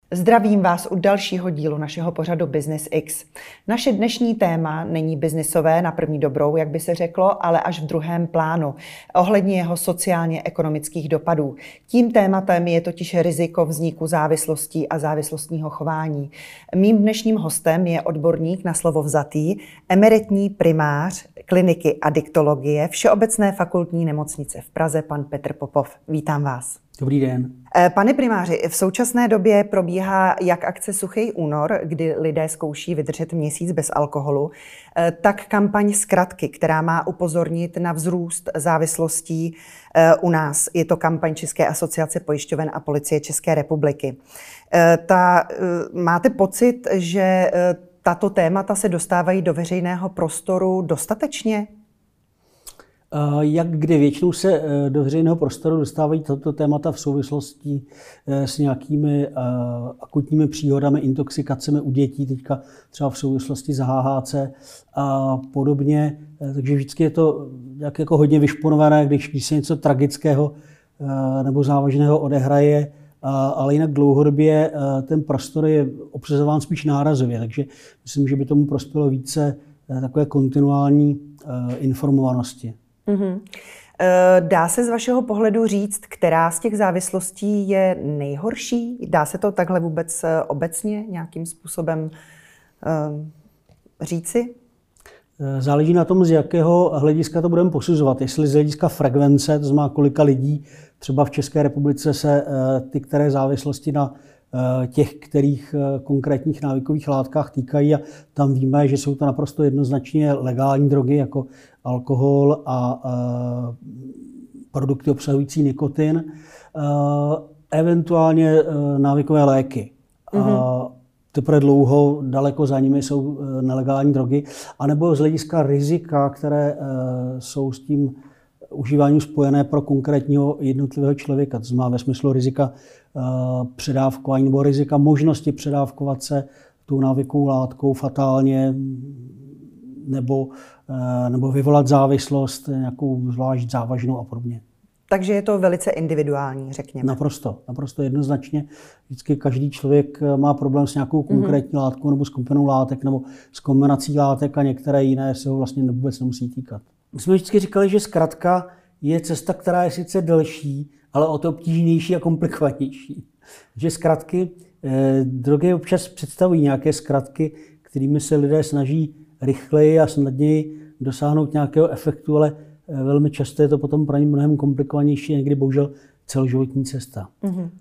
Zdravím vás u dalšího dílu našeho pořadu Business X. Naše dnešní téma není biznisové na první dobrou, jak by se řeklo, ale až v druhém plánu, ohledně jeho sociálně-ekonomických dopadů. Tím tématem je totiž riziko vzniku závislostí a závislostního chování. Mým dnešním hostem je odborník na slovo vzatý, emeritní primář kliniky adiktologie Všeobecné fakultní nemocnice v Praze, pan Petr Popov. Vítám vás. Dobrý den. Pane primáři, v současné době probíhá jak akce Suchý únor, kdy lidé zkouší vydržet měsíc bez alkoholu, tak kampaň Zkratky, která má upozornit na vzrůst závislostí u nás. Je to kampaň České asociace pojišťoven a Policie České republiky. Máte pocit, že tato témata se dostávají do veřejného prostoru dostatečně? Jak kdy většinou se do veřejného prostoru dostávají tato témata v souvislosti s nějakými akutními příhodami, intoxikacemi u dětí, teďka třeba v souvislosti s HHC a podobně. Takže vždycky je to jako hodně vyšponované, když se něco tragického nebo závažného odehraje, ale jinak dlouhodobě ten prostor je obsazován spíš nárazově, takže myslím, že by tomu prospělo více takové kontinuální informovanosti. Mm-hmm. Dá se z vašeho pohledu říct, která z těch závislostí je nejhorší? Dá se to takhle vůbec obecně nějakým způsobem říci? Záleží na tom, z jakého hlediska to budeme posuzovat. Jestli z hlediska frekvence, to znamená kolika lidí třeba v České republice se ty které závislosti na těch, kterých konkrétních návykových látkách týkají, a tam víme, že jsou to naprosto jednoznačně legální drogy jako alkohol a produkty obsahující nikotin, eventuálně návykové léky. Mm-hmm. Teprve dlouho, daleko za nimi jsou nelegální drogy, anebo z hlediska rizika, které jsou s tím užíváním spojené pro konkrétního jednotlivého člověka. To znamená ve smyslu rizika předávkování nebo rizika možnosti předávkovat se tou návykovou látkou fatálně nebo vyvolat závislost nějakou zvlášť závažnou a podobně. Takže je to velice individuální, řekněme. Naprosto jednoznačně. Vždycky každý člověk má problém s nějakou konkrétní látkou nebo skupinou látek nebo s kombinací látek a některé jiné se ho vlastně vůbec nemusí týkat. My jsme vždycky říkali, že zkratka je cesta, která je sice delší, ale o to obtížnější a komplikovanější. Že zkratky, drogy občas představují nějaké zkratky, kterými se lidé snaží rychleji a snadněji dosáhnout nějakého efektu, ale velmi často je to potom pro ně mnohem komplikovanější, někdy bohužel celoživotní cesta. Mm-hmm.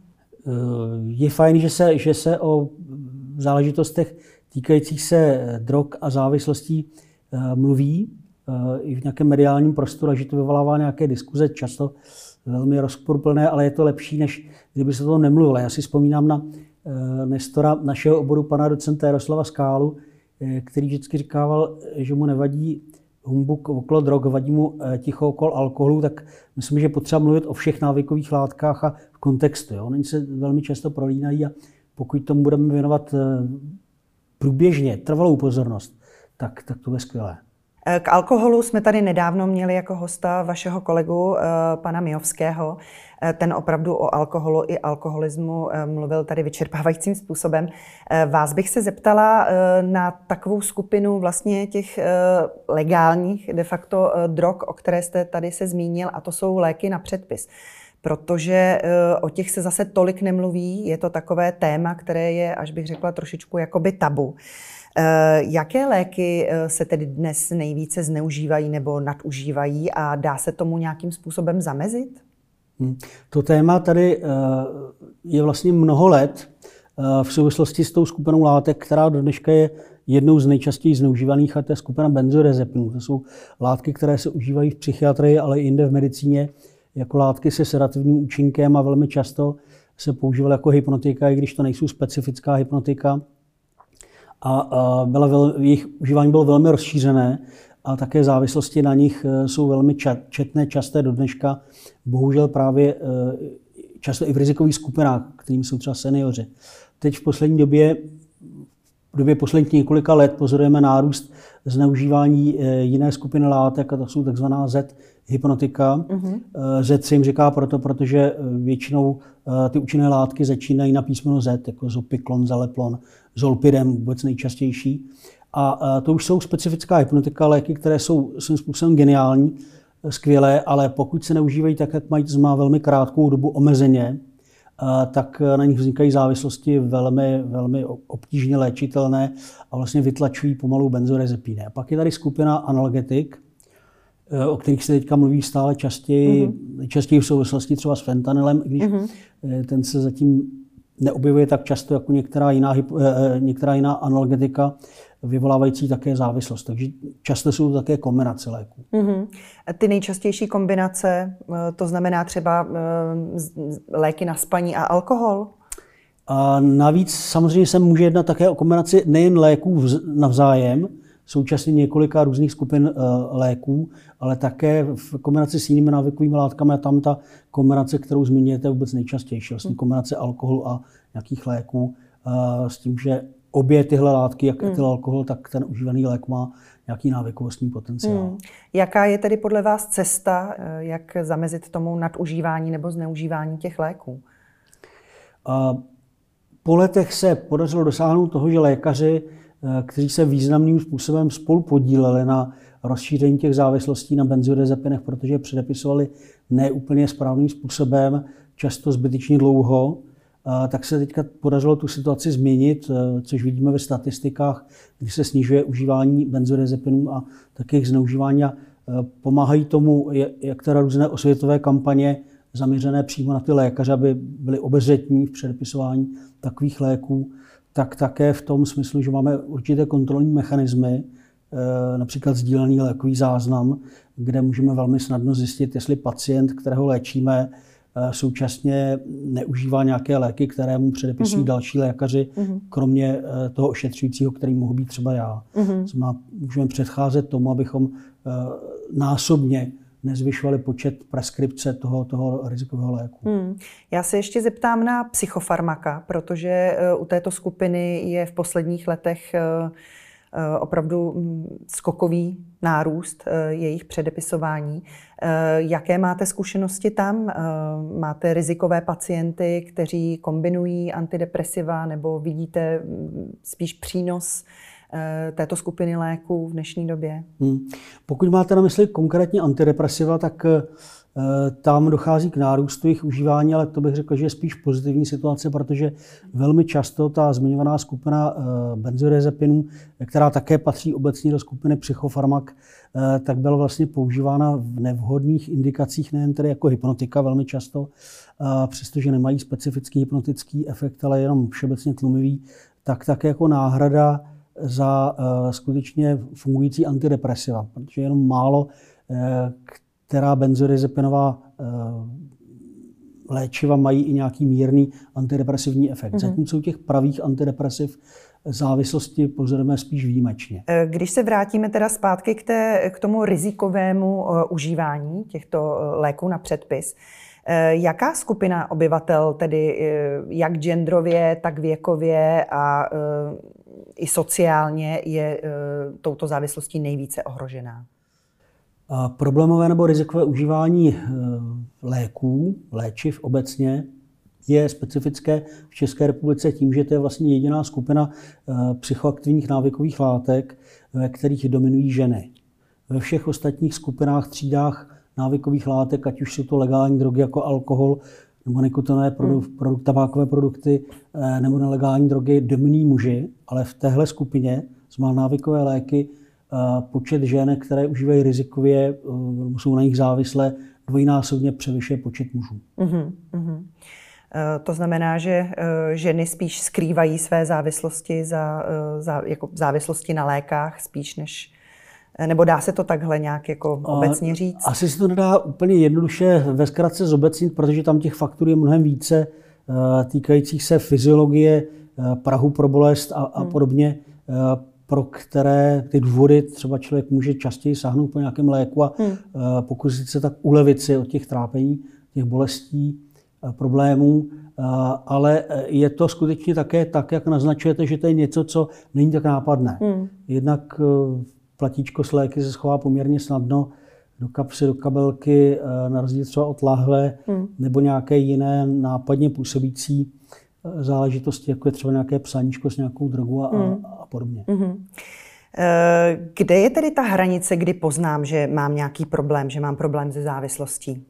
Je fajn, že se o záležitostech týkajících se drog a závislostí mluví i v nějakém mediálním prostoru, že to vyvolává nějaké diskuze, často velmi rozporuplné, ale je to lepší, než kdyby se o tom nemluvilo. Já si vzpomínám na nestora našeho oboru, pana docenta Jaroslava Skálu, který vždycky říkával, že mu nevadí humbuk okolo drog, vadí mu ticho okolo alkoholu, tak myslím, že je potřeba mluvit o všech návykových látkách a v kontextu. Jo? Oni se velmi často prolínají a pokud tomu budeme věnovat průběžně trvalou pozornost, tak to bude skvělé. K alkoholu jsme tady nedávno měli jako hosta vašeho kolegu, pana Mijovského. Ten opravdu o alkoholu i alkoholismu mluvil tady vyčerpávajícím způsobem. Vás bych se zeptala na takovou skupinu vlastně těch legálních de facto drog, o které jste tady se zmínil, a to jsou léky na předpis. Protože o těch se zase tolik nemluví, je to takové téma, které je, až bych řekla, trošičku jakoby tabu. Jaké léky se tedy dnes nejvíce zneužívají nebo nadužívají a dá se tomu nějakým způsobem zamezit? To téma tady je vlastně mnoho let v souvislosti s tou skupinou látek, která do dneška je jednou z nejčastěji zneužívaných, a to je skupina benzodiazepinů. To jsou látky, které se užívají v psychiatrii, ale i jinde v medicíně jako látky se sedativním účinkem a velmi často se používaly jako hypnotika, i když to nejsou specifická hypnotika. A jejich užívání bylo velmi rozšířené a také závislosti na nich jsou velmi časté do dneška. Bohužel právě často i v rizikových skupinách, kterými jsou třeba seniori. Teď v poslední době v době posledních několika let pozorujeme nárůst zneužívání jiné skupiny látek, a to jsou takzvaná Z-hypnotika. Z se jim říká protože většinou ty účinné látky začínají na písmeno Z, jako zopiklon, zaleplon, zolpidem, vůbec nejčastější. A to už jsou specifická hypnotika, léky, které jsou svým způsobem geniální, skvělé, ale pokud se neužívají tak, jak mají, to má velmi krátkou dobu omezeně, tak na nich vznikají závislosti velmi, velmi obtížně léčitelné a vlastně vytlačují pomalu benzodiazepíny. A pak je tady skupina analgetik, o kterých se teďka mluví stále častěji, častěji v souvislosti třeba s fentanylem, i když ten se zatím neobjevuje tak často jako některá jiná analgetika, vyvolávající také závislost. Takže často jsou to také kombinace léků. Ty nejčastější kombinace, to znamená třeba léky na spaní a alkohol? A navíc samozřejmě se může jednat také o kombinaci nejen léků navzájem, současně několika různých skupin léků, ale také v kombinaci s jinými návykovými látkami, a tam ta kombinace, kterou zmiňujete, je vůbec nejčastější. Vlastně kombinace alkoholu a nějakých léků s tím, že obě tyhle látky, jak etylalkohol, tak ten užívaný lék má nějaký návykovostní potenciál. Jaká je tedy podle vás cesta, jak zamezit tomu nadužívání nebo zneužívání těch léků? Po letech se podařilo dosáhnout toho, že lékaři, kteří se významným způsobem spolu podíleli na rozšíření těch závislostí na benzodiazepinech, protože je předepisovali neúplně správným způsobem, často zbytečně dlouho, tak se teďka podařilo tu situaci změnit, což vidíme ve statistikách, kdy se snižuje užívání benzodiazepinů a také jejich zneužívání. Pomáhají tomu jak teda různé osvětové kampaně zaměřené přímo na ty lékaře, aby byli obezřetní v předepisování takových léků, tak také v tom smyslu, že máme určité kontrolní mechanismy, například sdílený lékový záznam, kde můžeme velmi snadno zjistit, jestli pacient, kterého léčíme, současně neužívá nějaké léky, které mu předepisují další lékaři, kromě toho ošetřujícího, který mohu být třeba já. Můžeme předcházet tomu, abychom násobně nezvyšovali počet preskripce toho rizikového léku. Já se ještě zeptám na psychofarmaka, protože u této skupiny je v posledních letech opravdu skokový nárůst jejich předepisování. Jaké máte zkušenosti tam? Máte rizikové pacienty, kteří kombinují antidepresiva, nebo vidíte spíš přínos této skupiny léků v dnešní době? Pokud máte na mysli konkrétně antidepresiva, tak tam dochází k nárůstu jejich užívání, ale to bych řekl, že je spíš pozitivní situace, protože velmi často ta zmiňovaná skupina benzodiazepinů, která také patří obecně do skupiny psychofarmak, tak byla vlastně používána v nevhodných indikacích, nejen tedy jako hypnotika velmi často, přestože nemají specifický hypnotický efekt, ale jenom všeobecně tlumivý, tak také jako náhrada za skutečně fungující antidepresiva, protože jenom málo která benzodiazepinová léčiva mají i nějaký mírný antidepresivní efekt. Zatímco u těch pravých antidepresiv závislosti pozorujeme spíš výjimečně. Když se vrátíme teda zpátky k tomu rizikovému užívání těchto léků na předpis, jaká skupina obyvatel, tedy jak genderově, tak věkově a i sociálně, je touto závislostí nejvíce ohrožená? Problémové nebo rizikové užívání léků, léčiv obecně, je specifické v České republice tím, že to je vlastně jediná skupina psychoaktivních návykových látek, ve kterých dominují ženy. Ve všech ostatních skupinách, třídách návykových látek, ať už jsou to legální drogy jako alkohol, nebo nikotinové tabákové produkty, nebo nelegální drogy, dominují muži, ale v téhle skupině jsou návykové léky počet žen, které užívají rizikově, jsou na nich závislé, dvojnásobně převyšuje počet mužů. To znamená, že ženy spíš skrývají své závislosti jako závislosti na lékách spíš než... Nebo dá se to takhle nějak jako obecně říct? Asi se to nedá úplně jednoduše ve zkratce zobecnit, protože tam těch faktorů je mnohem více týkajících se fyziologie, prahu pro bolest a podobně, pro které ty důvody třeba člověk může častěji sáhnout po nějakém léku a pokusit se tak ulevit si od těch trápení, těch bolestí. problémů, ale je to skutečně také tak, jak naznačujete, že to je něco, co není tak nápadné. Jednak platíčko s léky se schová poměrně snadno do kapsy, do kabelky, na rozdíl třeba od lahve nebo nějaké jiné nápadně působící záležitosti, jako je třeba nějaké psaníčko s nějakou drogou a podobně. Kde je tedy ta hranice, kdy poznám, že mám nějaký problém, že mám problém se závislostí?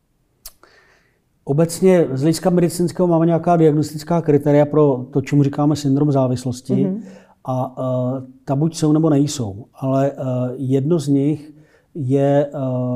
Obecně z hlediska medicínského máme nějaká diagnostická kritéria pro to, čemu říkáme syndrom závislosti. A ta buď jsou, nebo nejsou. Ale jedno z nich je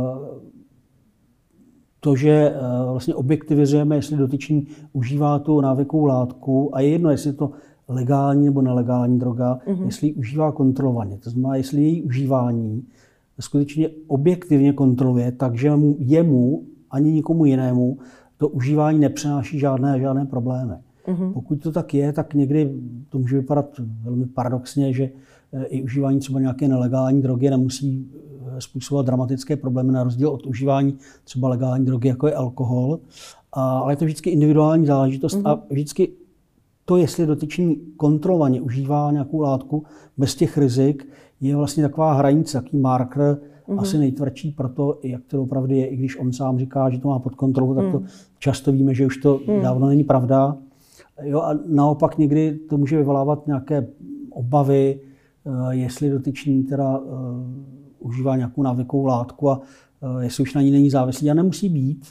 to, že vlastně objektivizujeme, jestli dotyčný užívá tu návykovou látku a je jedno, jestli je to legální nebo nelegální droga, jestli ji užívá kontrolovaně. To znamená, jestli její užívání skutečně objektivně kontroluje, takže jemu ani nikomu jinému to užívání nepřináší žádné problémy. Pokud to tak je, tak někdy to může vypadat velmi paradoxně, že i užívání třeba nějaké nelegální drogy nemusí způsobovat dramatické problémy na rozdíl od užívání třeba legální drogy, jako je alkohol. Ale je to vždycky individuální záležitost a vždycky to, jestli dotyčný kontrolovaně užívá nějakou látku bez těch rizik, je vlastně taková hranice, takový marker, asi nejtvrdší pro to, jak to opravdu je, i když on sám říká, že to má pod kontrolou, tak to často víme, že už to dávno není pravda. Jo, a naopak někdy to může vyvolávat nějaké obavy, jestli dotyčný teda užívá nějakou návykovou látku a jestli už na ní není závislý. A nemusí být.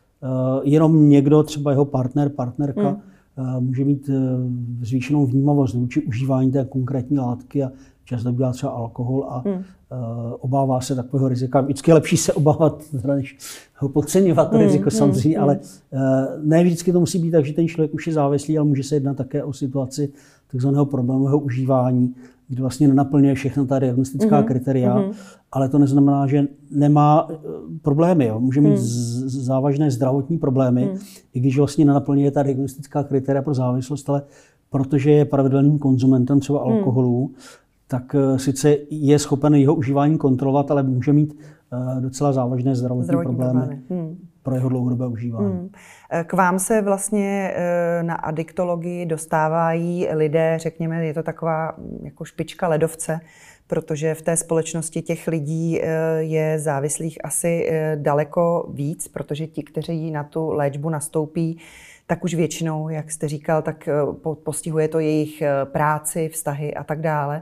Jenom někdo, třeba jeho partnerka, může mít zvýšenou vnímavost vůči užívání té konkrétní látky a často bývá třeba alkohol a obává se takového rizika. Vždycky je lepší se obávat, než ho podceňovat to riziko samozřejmě, ale ne vždycky to musí být tak, že ten člověk už je závislý, ale může se jednat také o situaci takzvaného problémového užívání, kdy vlastně nenaplňuje všechna ta diagnostická kritéria, ale to neznamená, že nemá problémy. Jo. Může mít závažné zdravotní problémy, i když vlastně nenaplňuje ta diagnostická kritéria pro závislost, ale protože je pravidelným konzumentem třeba alkoholu, tak sice je schopen jeho užívání kontrolovat, ale může mít docela závažné zdravotní problémy pro jeho dlouhodobé užívání. K vám se vlastně na adiktologii dostávají lidé, řekněme, je to taková jako špička ledovce, protože v té společnosti těch lidí je závislých asi daleko víc, protože ti, kteří na tu léčbu nastoupí, tak už většinou, jak jste říkal, tak postihuje to jejich práci, vztahy a tak dále.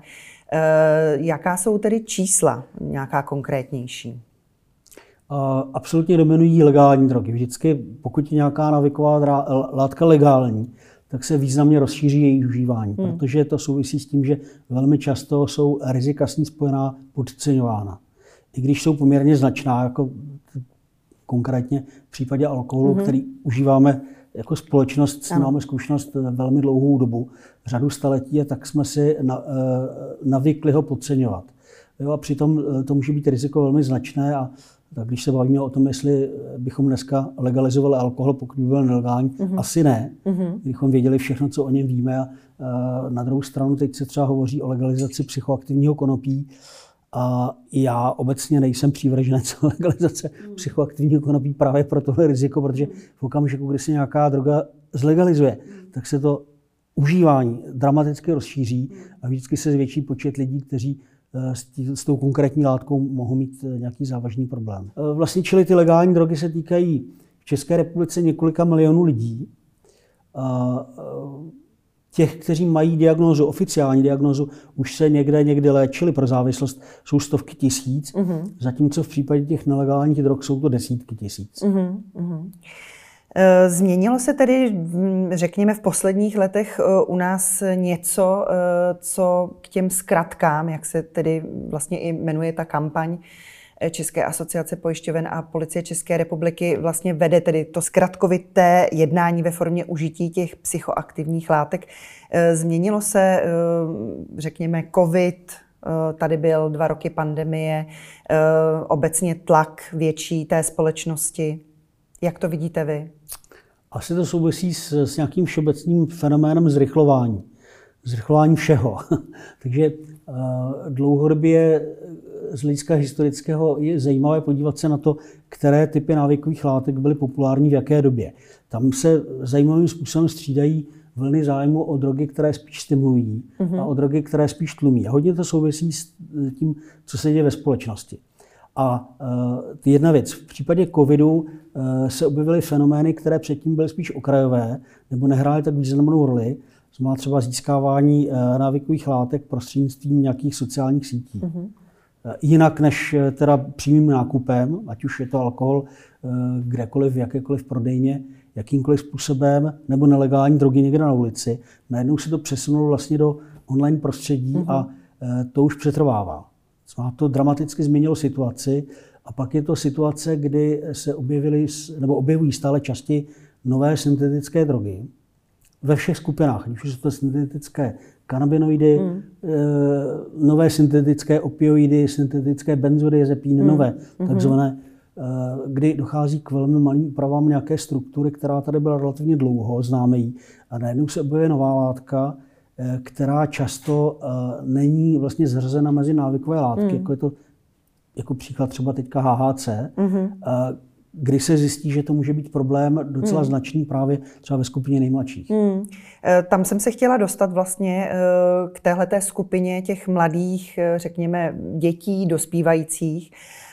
Jaká jsou tedy čísla, nějaká konkrétnější? Absolutně dominují legální drogy. Vždycky, pokud je nějaká návyková látka legální, tak se významně rozšíří její užívání, protože to souvisí s tím, že velmi často jsou rizika s ní spojená podceňována. I když jsou poměrně značná, jako konkrétně v případě alkoholu, který užíváme jako společnost, s máme zkušenost velmi dlouhou dobu, řadu staletí, a tak jsme si navykli ho podceňovat. Jo, a přitom to může být riziko velmi značné a tak když se bavíme o tom, jestli bychom dneska legalizovali alkohol, pokud by byl nelegální, asi ne. Kdybychom věděli všechno, co o něm víme. A na druhou stranu teď se třeba hovoří o legalizaci psychoaktivního konopí. A já obecně nejsem přívrženec legalizace psychoaktivního konopí právě pro tohle riziko, protože v okamžiku, kdy se nějaká droga zlegalizuje, tak se to užívání dramaticky rozšíří a vždycky se zvětší počet lidí, kteří s tou konkrétní látkou mohou mít nějaký závažný problém. Vlastně čili ty legální drogy se týkají v České republice několika milionů lidí. Těch, kteří mají diagnózu, oficiální diagnózu, už se někdy léčili pro závislost, jsou stovky tisíc, zatímco v případě těch nelegálních drog jsou to desítky tisíc. Změnilo se tedy, řekněme, v posledních letech u nás něco, co k těm zkratkám, jak se tedy vlastně i jmenuje ta kampaň České asociace pojišťoven a Policie České republiky, vlastně vede tedy to zkratkovité jednání ve formě užití těch psychoaktivních látek. Změnilo se, řekněme, COVID, tady byl 2 roky pandemie, obecně tlak větší té společnosti. Jak to vidíte vy? Asi to souvisí s nějakým všeobecným fenoménem zrychlování. Zrychlování všeho. Takže dlouhodobě z hlediska historického je zajímavé podívat se na to, které typy návykových látek byly populární v jaké době. Tam se zajímavým způsobem střídají vlny zájmu o drogy, které spíš stimulují a o drogy, které spíš tlumí. A hodně to souvisí s tím, co se děje ve společnosti. A jedna věc, v případě covidu se objevily fenomény, které předtím byly spíš okrajové nebo nehrály tak významnou roli. To má třeba získávání návykových látek prostřednictvím nějakých sociálních sítí. Jinak než teda přímým nákupem, ať už je to alkohol kdekoliv, v jakékoliv prodejně, jakýmkoliv způsobem, nebo nelegální drogy někde na ulici. Najednou se to přesunulo vlastně do online prostředí a to už přetrvává. To dramaticky změnilo situaci a pak je to situace, kdy se objevují stále častěji nové syntetické drogy ve všech skupinách, když jsou to syntetické kanabinoidy, nové syntetické opioidy, syntetické benzodiazepíny, nové takzvané, kdy dochází k velmi malým úpravám nějaké struktury, která tady byla relativně dlouho, známe ji, a najednou se objevuje nová látka, která často není vlastně zařazena mezi návykové látky, jako je to jako příklad třeba teďka HHC, kdy se zjistí, že to může být problém docela značný právě třeba ve skupině nejmladších. Tam jsem se chtěla dostat vlastně k téhleté skupině těch mladých, řekněme, dětí, dospívajících.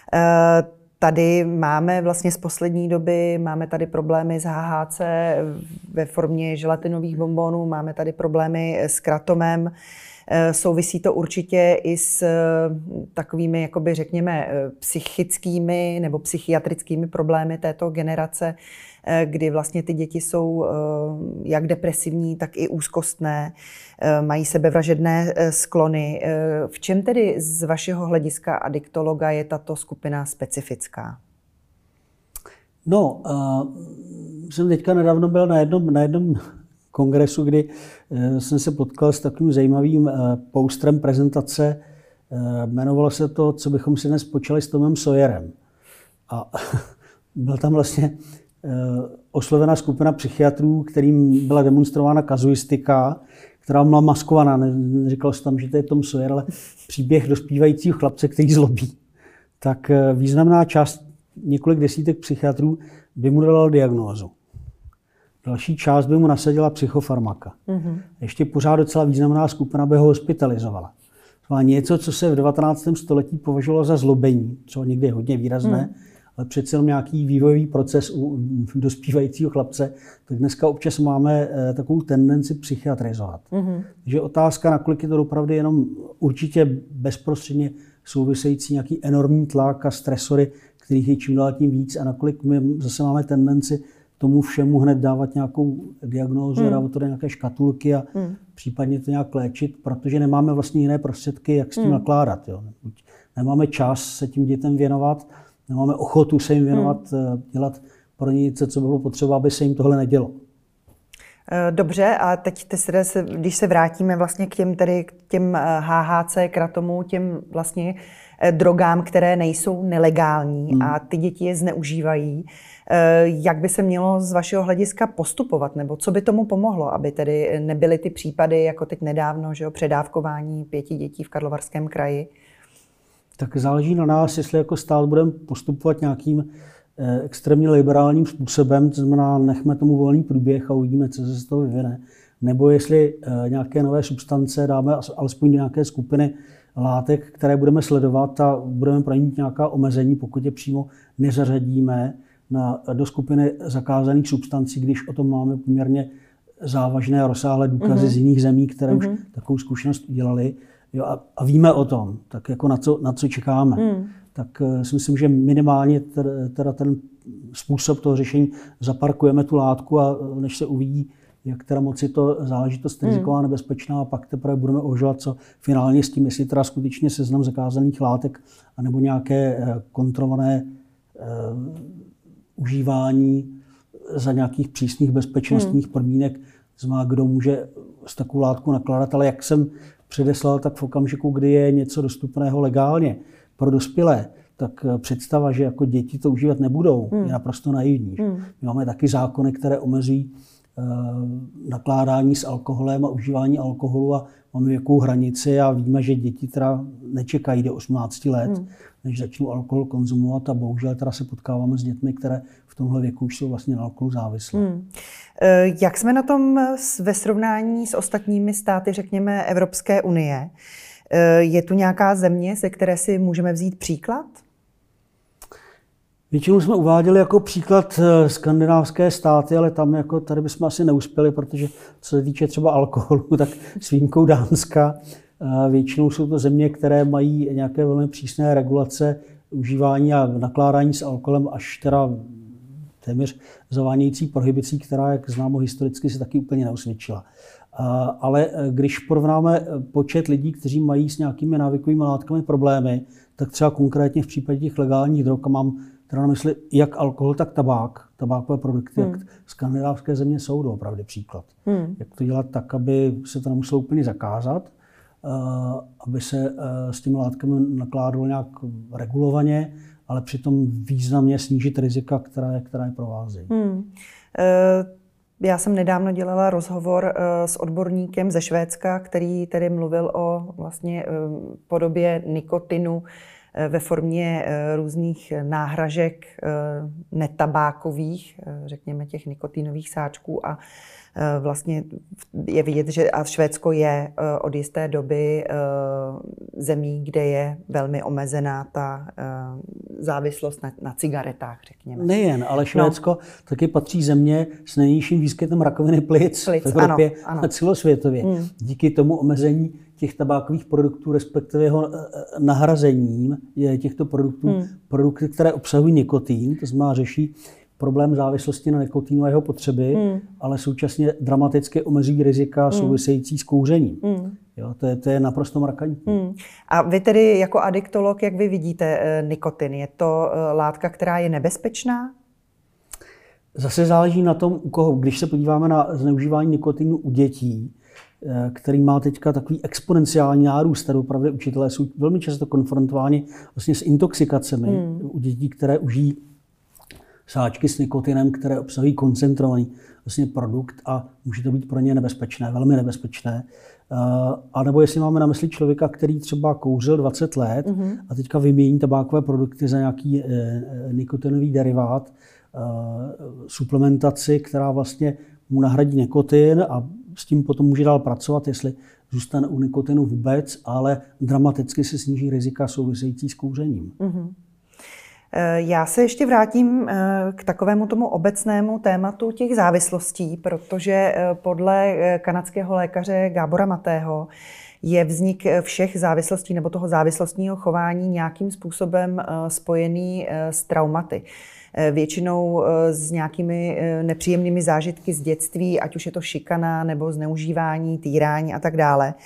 Tady máme vlastně z poslední doby, máme tady problémy s HHC ve formě želatinových bonbonů, máme tady problémy s kratomem. Souvisí to určitě i s takovými, jakoby řekněme, psychickými nebo psychiatrickými problémy této generace, kdy vlastně ty děti jsou jak depresivní, tak i úzkostné, mají sebevražedné sklony. V čem tedy z vašeho hlediska adiktologa je tato skupina specifická? No, jsem teďka nedávno byl na jednom kongresu, kdy jsem se potkal s takovým zajímavým posterem prezentace. Jmenovalo se to, co bychom si dnes počali s Tomem Sawyerem. A byl tam vlastně oslovená skupina psychiatrů, kterým byla demonstrována kazuistika, která byla maskovaná. Neříkalo se tam, že to je Tom Sawyer, ale příběh dospívajícího chlapce, který zlobí. Tak významná část, několik desítek psychiatrů, by mu dala diagnózu. Další část by mu nasadila psychofarmaka. Ještě pořád docela významná skupina by ho hospitalizovala. To něco, co se v 19. století považovalo za zlobení, co někdy je hodně výrazné, ale přece jenom nějaký vývojový proces u dospívajícího chlapce, tak dneska občas máme takovou tendenci psychiatrizovat. Takže otázka, nakolik je to opravdu jenom určitě bezprostředně související nějaký enormní tlak a stresory, kterých je čím dál tím víc, a nakolik my zase máme tendenci tomu všemu hned dávat nějakou diagnózu, dávat to do nějaké škatulky a případně to nějak léčit, protože nemáme vlastně jiné prostředky, jak s tím nakládat. Jo. Nemáme čas se tím dětem věnovat, nemáme ochotu se jim věnovat, dělat pro ně něco, co bylo potřeba, aby se jim tohle nedělo. Dobře, a teď když se vrátíme vlastně k těm HHC, kratomu, těm vlastně drogám, které nejsou nelegální a ty děti je zneužívají, jak by se mělo z vašeho hlediska postupovat, nebo co by tomu pomohlo, aby tedy nebyly ty případy, jako teď nedávno, že jo, předávkování 5 dětí v Karlovarském kraji? Tak záleží na nás, jestli jako stát budeme postupovat nějakým extrémně liberálním způsobem, to znamená, nechme tomu volný průběh a uvidíme, co se z toho vyvine. Nebo jestli nějaké nové substance dáme alespoň do nějaké skupiny látek, které budeme sledovat a budeme pro ně mít nějaká omezení, pokud je přímo nezařadíme do skupiny zakázaných substancí, když o tom máme poměrně závažné a rozsáhlé důkazy z jiných zemí, které už takovou zkušenost udělali. Jo, a víme o tom, tak jako na co čekáme. Tak si myslím, že minimálně teda ten způsob toho řešení zaparkujeme tu látku a než se uvidí, jak teda moc je to záležitost riziková, nebezpečná, a pak teprve budeme uvažovat, co finálně s tím, jestli teda skutečně seznam zakázaných látek anebo nějaké kontrolované užívání za nějakých přísných bezpečnostních podmínek, znamená, kdo může s takovou látkou nakládat, ale jak jsem předeslal, tak v okamžiku, kdy je něco dostupného legálně pro dospělé, tak představa, že jako děti to užívat nebudou, je naprosto naivní. My máme taky zákony, které omezují nakládání s alkoholem a užívání alkoholu a máme věkovou hranici a víme, že děti teda nečekají do 18 let, než začnou alkohol konzumovat a bohužel teda se potkáváme s dětmi, které v tomhle věku už jsou vlastně na alkoholu závislé. Jak jsme na tom ve srovnání s ostatními státy, řekněme, Evropské unie? Je tu nějaká země, ze které si můžeme vzít příklad? Většinou jsme uváděli jako příklad skandinávské státy, ale tam jako tady bychom asi neuspěli, protože co se týče třeba alkoholu, tak s výjimkou Dánska, většinou jsou to země, které mají nějaké velmi přísné regulace užívání a nakládání s alkoholem, až teda téměř zavánějící prohibicí, která, jak známo historicky, se taky úplně neosvědčila. Ale když porovnáme počet lidí, kteří mají s nějakými návykovými látkami problémy, tak třeba konkrétně v případě těch legálních drog, a mám teda na mysli jak alkohol, tak tabák, tabákové produkty, jak skandinávské země jsou doopravdy příklad. Jak to dělat tak, aby se to nemuselo úplně zakázat, aby se s těmi látkami nakládalo nějak regulovaně, ale přitom významně snížit rizika, která je provázejí. Já jsem nedávno dělala rozhovor s odborníkem ze Švédska, který tedy mluvil o vlastně podobě nikotinu ve formě různých náhražek netabákových, řekněme těch nikotinových sáčků, a vlastně je vidět, že a Švédsko je od jisté doby zemí, kde je velmi omezená ta závislost na cigaretách, řekněme. Nejen, ale Švédsko taky patří země s nejnižším výskytem rakoviny plic v Evropě a celosvětově. Díky tomu omezení těch tabákových produktů, respektive jeho nahrazením těchto produktů, produkty, které obsahují nikotin, to znamená řeší problém závislosti na nikotinu a jeho potřeby, ale současně dramaticky omezují rizika související s kouřením. Jo, to je naprosto markantní. A vy tedy jako adiktolog, jak vy vidíte nikotin? Je to látka, která je nebezpečná? Zase záleží na tom, u koho. Když se podíváme na zneužívání nikotinu u dětí, který má teďka takový exponenciální nárůst, tady opravdu učitelé jsou velmi často konfrontováni vlastně s intoxikacemi u dětí, které užijí sáčky s nikotinem, které obsahují koncentrovaný vlastně produkt a může to být pro ně nebezpečné, velmi nebezpečné. A nebo jestli máme na mysli člověka, který třeba kouřil 20 let a teďka vymění tabákové produkty za nějaký nikotinový derivát, suplementaci, která vlastně mu nahradí nikotin a s tím potom může dál pracovat, jestli zůstane u nikotinu vůbec, ale dramaticky se sníží rizika související s kouřením. Já se ještě vrátím k takovému tomu obecnému tématu těch závislostí, protože podle kanadského lékaře Gábora Matého je vznik všech závislostí nebo toho závislostního chování nějakým způsobem spojený s traumaty. Většinou s nějakými nepříjemnými zážitky z dětství, ať už je to šikana nebo zneužívání, týrání a tak dále.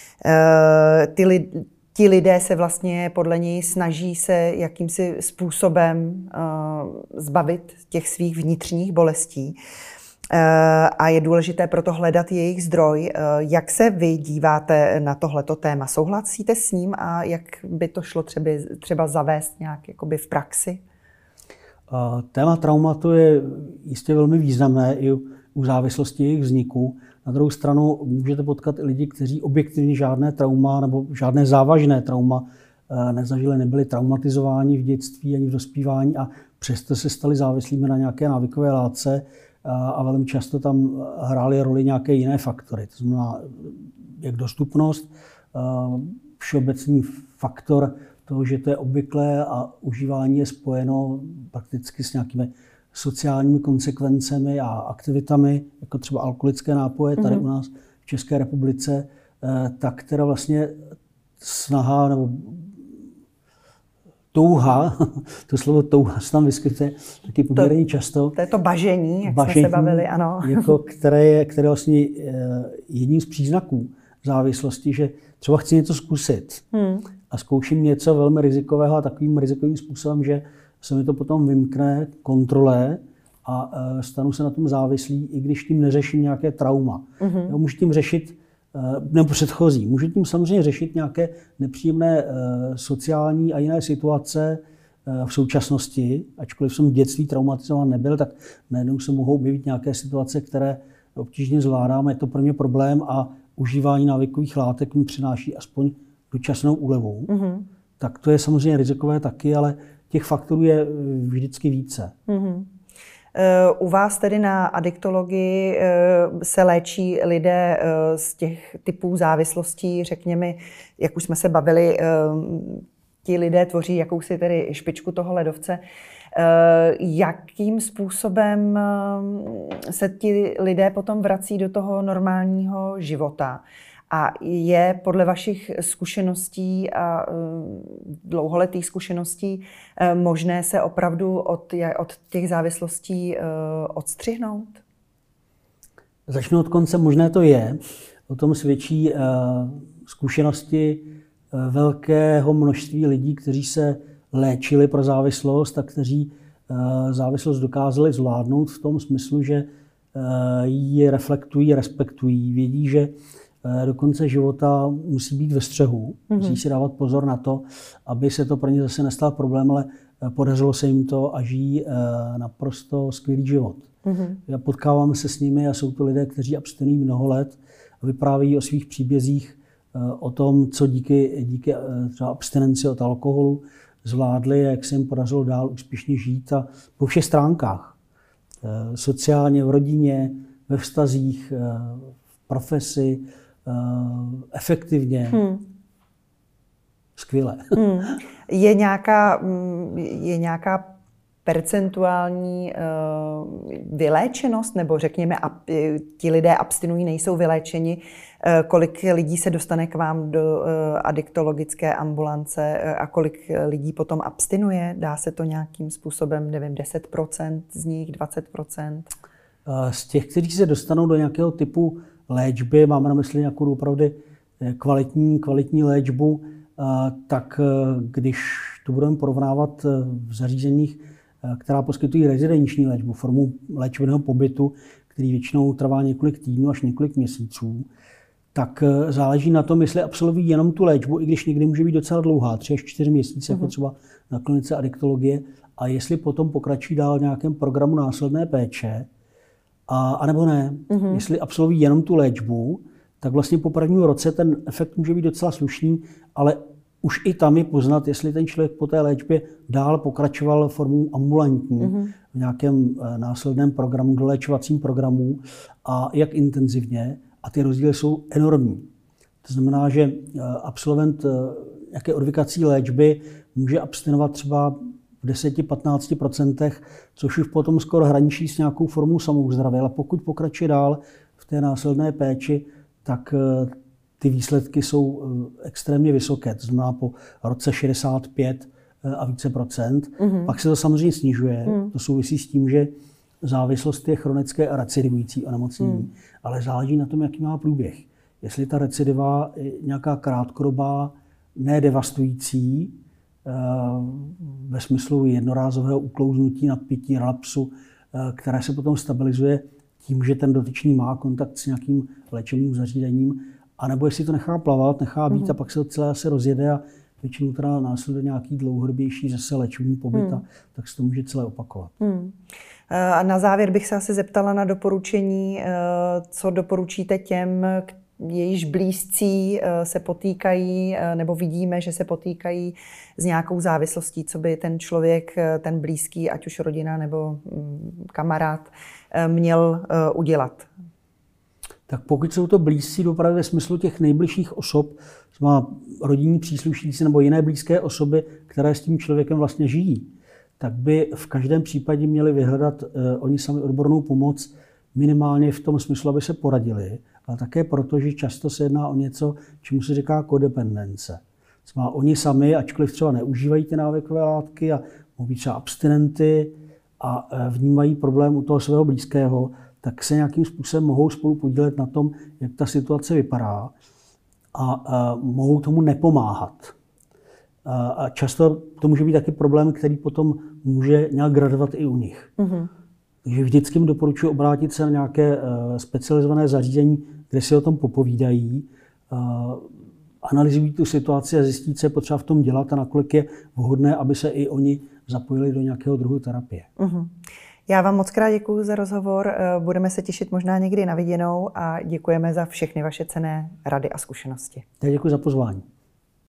Ti lidé se vlastně podle něj snaží se jakýmsi způsobem zbavit těch svých vnitřních bolestí a je důležité proto hledat jejich zdroj. Jak se vy díváte na tohleto téma? Souhlasíte s ním a jak by to šlo třeba zavést nějak jakoby v praxi? Téma traumatu je jistě velmi významné i u závislosti jejich vzniku. Na druhou stranu můžete potkat i lidi, kteří objektivně žádné trauma nebo žádné závažné trauma nezažili, nebyli traumatizováni v dětství ani v dospívání a přesto se stali závislými na nějaké návykové látce a velmi často tam hrály roli nějaké jiné faktory. To znamená jak dostupnost, všeobecný faktor toho, že to je obvyklé a užívání je spojeno prakticky s nějakými sociálními konsekvencemi a aktivitami, jako třeba alkoholické nápoje tady u nás v České republice, tak teda vlastně snaha nebo touha, to slovo touha se tam vyskytuje taky poměrně často. To je to bažení, jak jsme se bavili, ano. Jako, které je vlastně jedním z příznaků závislosti, že třeba chci něco zkusit a zkouším něco velmi rizikového a takovým rizikovým způsobem, že se mi to potom vymkne kontrole a stanu se na tom závislý, i když tím neřeším nějaké trauma. Jo, můžu tím řešit, nebo předchozí, můžu tím samozřejmě řešit nějaké nepříjemné sociální a jiné situace v současnosti, ačkoliv jsem v dětství traumatizován nebyl, tak najednou se mohou objevit nějaké situace, které obtížně zvládám, je to pro mě problém a užívání návykových látek mi přináší aspoň dočasnou úlevu. Tak to je samozřejmě rizikové taky, ale těch faktorů je vždycky více. U vás tedy na adiktologii se léčí lidé z těch typů závislostí, řekněme, jak už jsme se bavili, ti lidé tvoří jakousi tedy špičku toho ledovce. Jakým způsobem se ti lidé potom vrací do toho normálního života? A je podle vašich zkušeností a dlouholetých zkušeností možné se opravdu od těch závislostí odstřihnout? Začnu od konce, možné to je. O tom svědčí zkušenosti velkého množství lidí, kteří se léčili pro závislost a kteří závislost dokázali zvládnout v tom smyslu, že ji reflektují, respektují, vědí, že do konce života musí být ve střehu, musí si dávat pozor na to, aby se to pro ně zase nestal problém, ale podařilo se jim to a žijí naprosto skvělý život. Já potkávám se s nimi a jsou to lidé, kteří abstinují mnoho let a vyprávějí o svých příbězích, o tom, co díky třeba abstinenci od alkoholu zvládli, jak se jim podařilo dál úspěšně žít a po všech stránkách. Sociálně, v rodině, ve vztazích, v profesi, efektivně. Skvěle. Je nějaká percentuální vyléčenost, nebo řekněme, ti lidé abstinují, nejsou vyléčeni, kolik lidí se dostane k vám do adiktologické ambulance a kolik lidí potom abstinuje? Dá se to nějakým způsobem, nevím, 10% z nich, 20%? Z těch, kteří se dostanou do nějakého typu léčby, máme na mysli nějakou opravdu kvalitní léčbu, tak když to budeme porovnávat v zařízeních, která poskytují rezidenční léčbu, formu léčebného pobytu, který většinou trvá několik týdnů až několik měsíců, tak záleží na tom, jestli absolvují jenom tu léčbu, i když někdy může být docela dlouhá, 3 až 4 měsíce, jako třeba na klinice adiktologie, a jestli potom pokračují dál v nějakém programu následné péče, a nebo ne. Jestli absolvují jenom tu léčbu, tak vlastně po prvním roce ten efekt může být docela slušný, ale už i tam je poznat, jestli ten člověk po té léčbě dál pokračoval formou ambulantní v nějakém následném programu, doléčovacím programu a jak intenzivně. A ty rozdíly jsou enormní. To znamená, že absolvent nějaké odvykací léčby může abstinovat třeba v 10-15%, což už potom skoro hraničí s nějakou formou samouzdraví. Ale pokud pokračuje dál v té následné péči, tak ty výsledky jsou extrémně vysoké. To znamená po roce 65 a více procent. Pak se to samozřejmě snižuje. To souvisí s tím, že závislost je chronické a recidivující onemocnění. Ale záleží na tom, jaký má průběh. Jestli ta recidiva je nějaká krátkodobá, nedevastující, ve smyslu jednorázového uklouznutí, nadpití, relapsu, které se potom stabilizuje tím, že ten dotyčný má kontakt s nějakým léčebným zařízením, anebo jestli to nechá plavat, nechá být a pak se to celé asi rozjede a většinou teda následuje nějaký dlouhodobější zase léčebný pobyt a tak se to může celé opakovat. A na závěr bych se asi zeptala na doporučení, co doporučíte těm, jejichž blízcí se potýkají, nebo vidíme, že se potýkají s nějakou závislostí, co by ten člověk, ten blízký, ať už rodina nebo kamarád, měl udělat. Tak pokud jsou to blízcí opravdu ve smyslu těch nejbližších osob, třeba rodinní příslušníci nebo jiné blízké osoby, které s tím člověkem vlastně žijí, tak by v každém případě měli vyhledat oni sami odbornou pomoc, minimálně v tom smyslu, aby se poradili, ale také proto, že často se jedná o něco, čemu se říká kodependence. Třeba oni sami, ačkoliv třeba neužívají ty návykové látky a mohou být třeba abstinenty a vnímají problém u toho svého blízkého, tak se nějakým způsobem mohou spolu podílet na tom, jak ta situace vypadá a mohou tomu nepomáhat. A často to může být taky problém, který potom může nějak gradovat i u nich. Takže vždycky jim doporučuji obrátit se na nějaké specializované zařízení, kde si o tom popovídají, analyzují tu situaci a zjistí, co je potřeba v tom dělat a nakolik je vhodné, aby se i oni zapojili do nějakého druhu terapie. Já vám moc krát děkuji za rozhovor, budeme se těšit možná někdy na viděnou a děkujeme za všechny vaše cenné rady a zkušenosti. Já děkuji za pozvání.